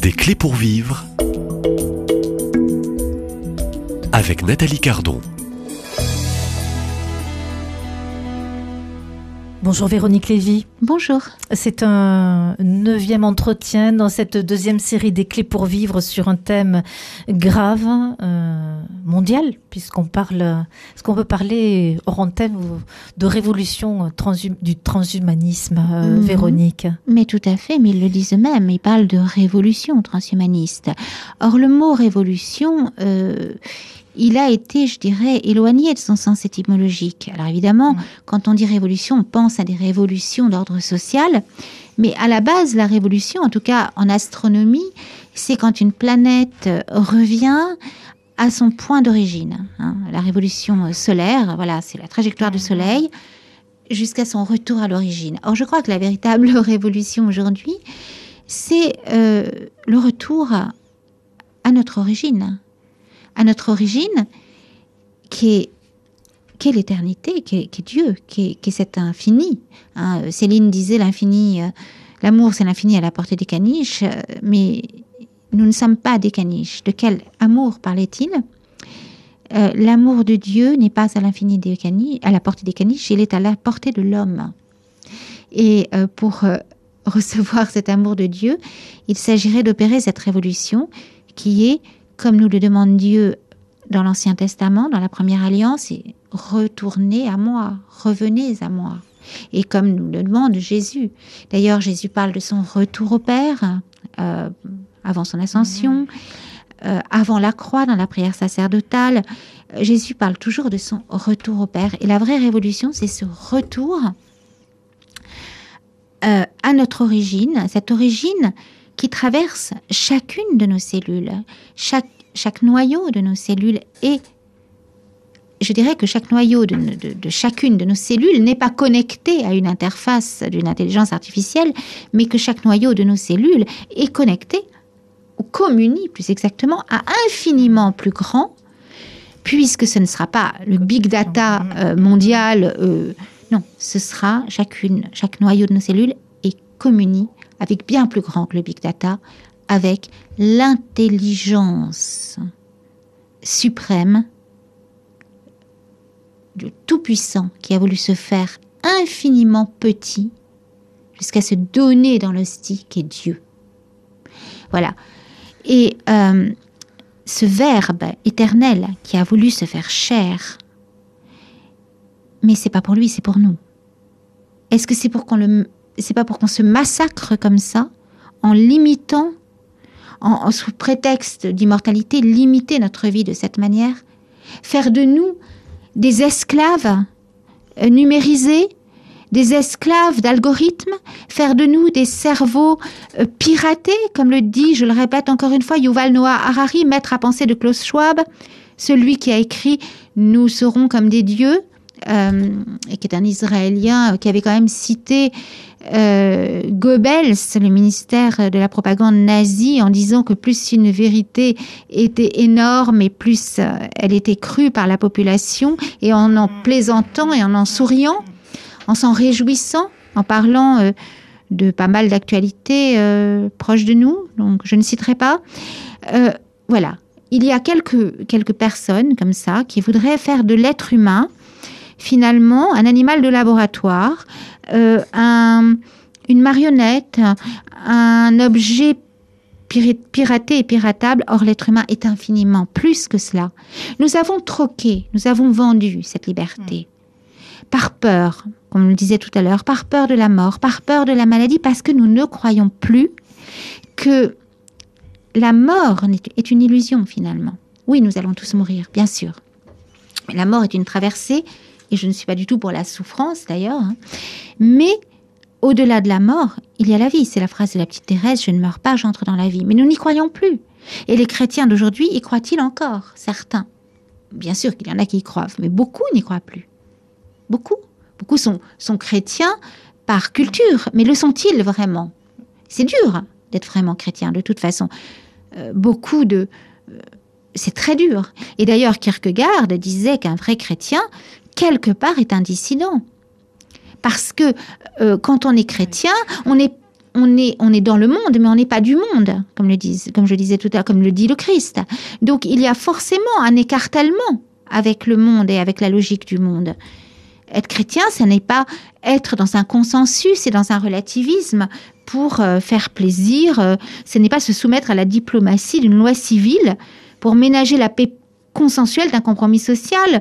Des clés pour vivre avec Nathalie Cardon. Bonjour Véronique Lévy. Bonjour. C'est un 9e entretien dans cette 2e série des clés pour vivre sur un thème grave, mondial, puisqu'on parle, est-ce qu'on peut parler hors antenne de révolution du transhumanisme, Véronique? Mais tout à fait, mais ils le disent eux-mêmes, ils parlent de révolution transhumaniste. Or le mot révolution, il a été, je dirais, éloigné de son sens étymologique. Alors évidemment, quand on dit révolution, on pense à des révolutions d'ordre social, mais à la base, la révolution, en tout cas en astronomie, c'est quand une planète revient à son point d'origine. La révolution solaire, voilà, c'est la trajectoire du Soleil jusqu'à son retour à l'origine. Or, je crois que la véritable révolution aujourd'hui, c'est le retour à notre origine. À notre origine, qui est l'éternité, qui est Dieu, qui est cet infini. Céline disait l'infini, l'amour c'est l'infini à la portée des caniches, mais nous ne sommes pas des caniches. De quel amour parlait-il? L'amour de Dieu n'est pas à l'infini des caniches, à la portée des caniches, il est à la portée de l'homme. Et pour recevoir cet amour de Dieu, il s'agirait d'opérer cette révolution qui est, comme nous le demande Dieu dans l'Ancien Testament, dans la Première Alliance, et retournez à moi, revenez à moi. Et comme nous le demande Jésus. D'ailleurs, Jésus parle de son retour au Père, avant son ascension, avant la croix, dans la prière sacerdotale. Jésus parle toujours de son retour au Père. Et la vraie révolution, c'est ce retour à notre origine, cette origine qui traverse chacune de nos cellules, chaque noyau de nos cellules. Et je dirais que chaque noyau de chacune de nos cellules n'est pas connecté à une interface d'une intelligence artificielle, mais que chaque noyau de nos cellules est connecté, ou communie plus exactement, à infiniment plus grand, puisque ce ne sera pas le big data mondial, non, ce sera chaque noyau de nos cellules est communie avec bien plus grand que le big data, avec l'intelligence suprême du Tout-Puissant qui a voulu se faire infiniment petit jusqu'à se donner dans l'hostie qui est Dieu. Voilà. Et ce Verbe éternel qui a voulu se faire chair, mais c'est pas pour lui, c'est pour nous. Est-ce que c'est c'est pas pour qu'on se massacre comme ça, en limitant, sous prétexte d'immortalité, limiter notre vie de cette manière, faire de nous des esclaves numérisés, des esclaves d'algorithmes, faire de nous des cerveaux piratés, comme le dit, je le répète encore une fois, Yuval Noah Harari, maître à penser de Klaus Schwab, celui qui a écrit « Nous serons comme des dieux », et qui est un Israélien qui avait quand même cité Goebbels, le ministère de la propagande nazie, en disant que plus une vérité était énorme et plus elle était crue par la population, et en plaisantant et en souriant, en s'en réjouissant, en parlant de pas mal d'actualités proches de nous, donc je ne citerai pas. Voilà, il y a quelques personnes comme ça qui voudraient faire de l'être humain finalement un animal de laboratoire, une marionnette, un objet piraté et piratable. Or, l'être humain est infiniment plus que cela. Nous avons troqué, nous avons vendu cette liberté par peur, comme on le disait tout à l'heure, par peur de la mort, par peur de la maladie, parce que nous ne croyons plus que la mort est une illusion finalement. Oui, nous allons tous mourir, bien sûr. Mais la mort est une traversée. Et je ne suis pas du tout pour la souffrance d'ailleurs, mais au-delà de la mort, il y a la vie. C'est la phrase de la petite Thérèse, je ne meurs pas, j'entre dans la vie. Mais nous n'y croyons plus. Et les chrétiens d'aujourd'hui, y croient-ils encore? Certains. Bien sûr qu'il y en a qui y croient, mais beaucoup n'y croient plus. Beaucoup sont chrétiens par culture, mais le sont-ils vraiment? C'est dur d'être vraiment chrétien, de toute façon. C'est très dur. Et d'ailleurs, Kierkegaard disait qu'un vrai chrétien, quelque part, est un dissident. Parce que quand on est chrétien, on est on est dans le monde, mais on n'est pas du monde, comme je disais tout à l'heure, comme le dit le Christ. Donc, il y a forcément un écartèlement avec le monde et avec la logique du monde. Être chrétien, ce n'est pas être dans un consensus et dans un relativisme pour faire plaisir. Ce n'est pas se soumettre à la diplomatie d'une loi civile pour ménager la paix consensuelle d'un compromis social.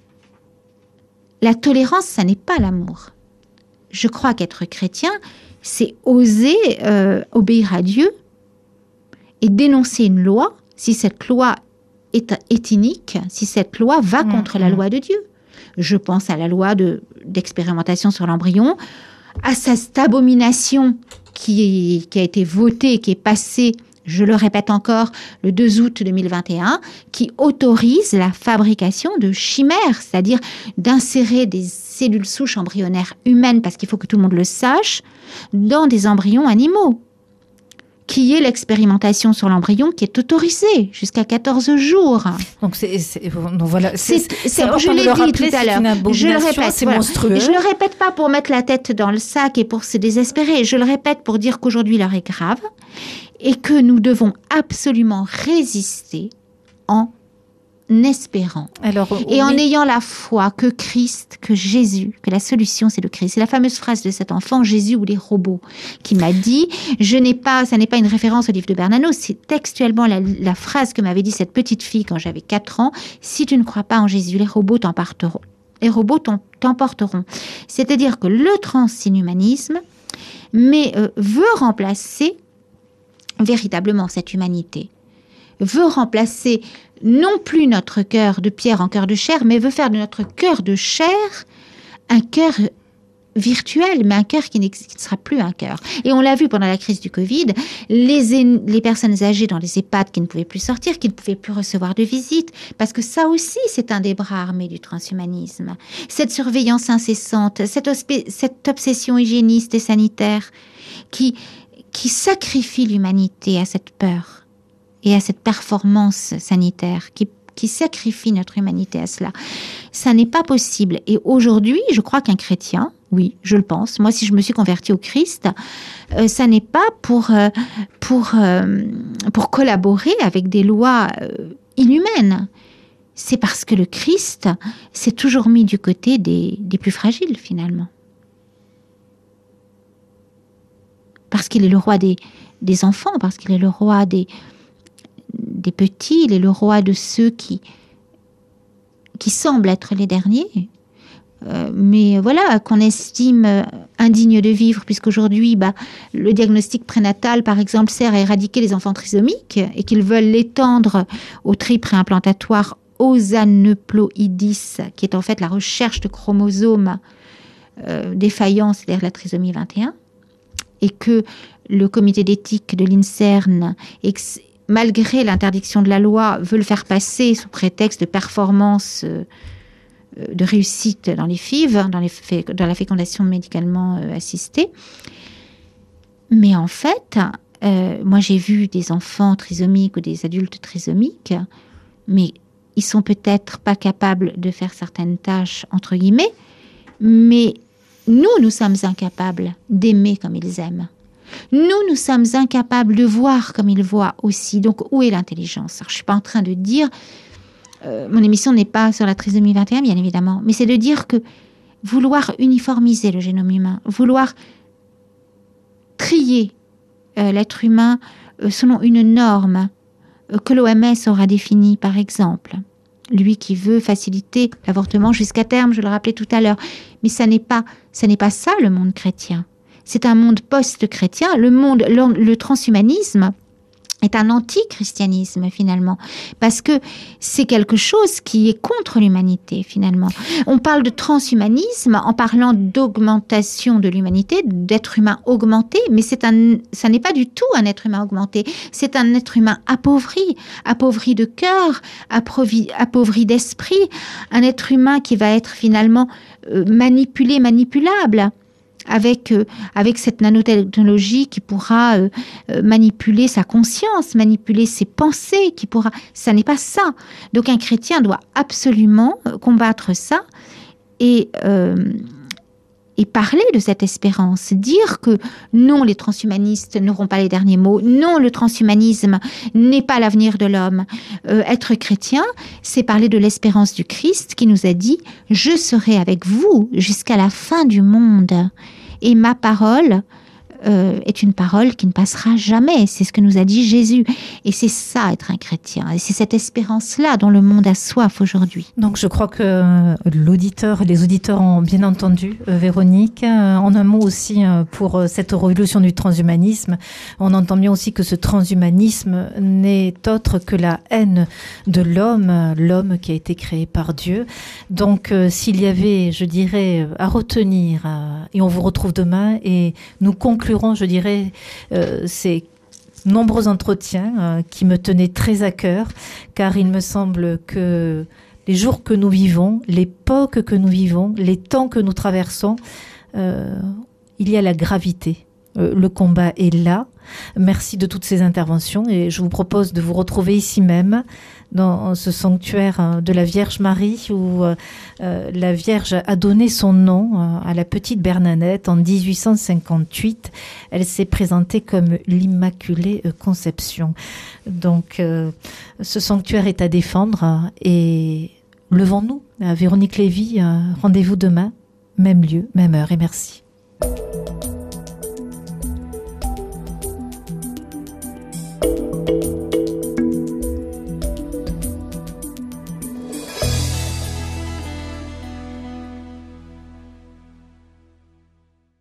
La tolérance, ça n'est pas l'amour. Je crois qu'être chrétien, c'est oser obéir à Dieu et dénoncer une loi si cette loi est inique, si cette loi va contre la loi de Dieu. Je pense à la loi d'expérimentation sur l'embryon, à cette abomination qui a été votée, qui est passée, je le répète encore, le 2 août 2021, qui autorise la fabrication de chimères, c'est-à-dire d'insérer des cellules souches embryonnaires humaines, parce qu'il faut que tout le monde le sache, dans des embryons animaux. Qui est l'expérimentation sur l'embryon qui est autorisée jusqu'à 14 jours. Donc, voilà, c'est je l'ai dit tout à l'heure. Je le répète, c'est monstrueux. Je le répète pas pour mettre la tête dans le sac et pour se désespérer. Je le répète pour dire qu'aujourd'hui l'heure est grave et que nous devons absolument résister en espérant et en ayant la foi que Christ, que Jésus, que la solution c'est le Christ. C'est la fameuse phrase de cet enfant, Jésus ou les robots, qui m'a dit, ça n'est pas une référence au livre de Bernanos, c'est textuellement la phrase que m'avait dit cette petite fille quand j'avais 4 ans, si tu ne crois pas en Jésus, les robots t'emporteront. Les robots t'emporteront. C'est-à-dire que le transinhumanisme veut remplacer véritablement cette humanité, veut remplacer non plus notre cœur de pierre en cœur de chair, mais veut faire de notre cœur de chair un cœur virtuel, mais un cœur qui ne sera plus un cœur. Et on l'a vu pendant la crise du Covid, les personnes âgées dans les EHPAD qui ne pouvaient plus sortir, qui ne pouvaient plus recevoir de visites, parce que ça aussi, c'est un des bras armés du transhumanisme. Cette surveillance incessante, cette obsession hygiéniste et sanitaire qui sacrifie l'humanité à cette peur et à cette performance sanitaire qui sacrifie notre humanité à cela. Ça n'est pas possible. Et aujourd'hui, je crois qu'un chrétien, oui, je le pense, moi si je me suis convertie au Christ, ça n'est pas pour collaborer avec des lois inhumaines. C'est parce que le Christ s'est toujours mis du côté des plus fragiles finalement. Parce qu'il est le roi des enfants, parce qu'il est le roi des petits, il est le roi de ceux qui semblent être les derniers, mais voilà, qu'on estime indignes de vivre, puisqu'aujourd'hui, le diagnostic prénatal, par exemple, sert à éradiquer les enfants trisomiques, et qu'ils veulent l'étendre au tri préimplantatoire aux aneuploïdis, qui est en fait la recherche de chromosomes défaillants, c'est-à-dire la trisomie 21, et que le comité d'éthique de l'INSERM, malgré l'interdiction de la loi, veut le faire passer sous prétexte de performance, de réussite dans les FIV, dans la fécondation médicalement assistée. Mais en fait, moi j'ai vu des enfants trisomiques ou des adultes trisomiques, mais ils sont peut-être pas capables de faire certaines tâches, entre guillemets, mais nous sommes incapables d'aimer comme ils aiment. Nous sommes incapables de voir comme ils voient aussi. Donc, où est l'intelligence ? Alors, je ne suis pas en train de dire... mon émission n'est pas sur la trisomie 21, bien évidemment. Mais c'est de dire que vouloir uniformiser le génome humain, vouloir trier l'être humain selon une norme que l'OMS aura définie, par exemple. Lui qui veut faciliter l'avortement jusqu'à terme, je le rappelais tout à l'heure. Mais ça n'est pas ça le monde chrétien. C'est un monde post-chrétien. Le transhumanisme est un anti-christianisme, finalement. Parce que c'est quelque chose qui est contre l'humanité, finalement. On parle de transhumanisme en parlant d'augmentation de l'humanité, d'être humain augmenté, mais ça n'est pas du tout un être humain augmenté. C'est un être humain appauvri de cœur, appauvri d'esprit, un être humain qui va être finalement manipulable. Avec cette nanotechnologie qui pourra manipuler sa conscience, manipuler ses pensées, ça n'est pas ça. Donc un chrétien doit absolument combattre ça et et parler de cette espérance, dire que non, les transhumanistes n'auront pas les derniers mots, non, le transhumanisme n'est pas l'avenir de l'homme. Être chrétien, c'est parler de l'espérance du Christ qui nous a dit « Je serai avec vous jusqu'à la fin du monde ». Et ma parole est une parole qui ne passera jamais. C'est ce que nous a dit Jésus. Et c'est ça, être un chrétien. Et c'est cette espérance-là dont le monde a soif aujourd'hui. Donc je crois que les auditeurs ont bien entendu, Véronique. En un mot aussi, pour cette révolution du transhumanisme, on entend bien aussi que ce transhumanisme n'est autre que la haine de l'homme qui a été créé par Dieu. Donc s'il y avait, je dirais, à retenir, et on vous retrouve demain, et nous conclurons, je dirais, ces nombreux entretiens qui me tenaient très à cœur, car il me semble que les jours que nous vivons, l'époque que nous vivons, les temps que nous traversons, il y a la gravité. Le combat est là. Merci de toutes ces interventions et je vous propose de vous retrouver ici même dans ce sanctuaire de la Vierge Marie où la Vierge a donné son nom à la petite Bernadette en 1858. Elle s'est présentée comme l'Immaculée Conception. Donc ce sanctuaire est à défendre et levons-nous. Véronique Lévy, rendez-vous demain, même lieu, même heure et merci.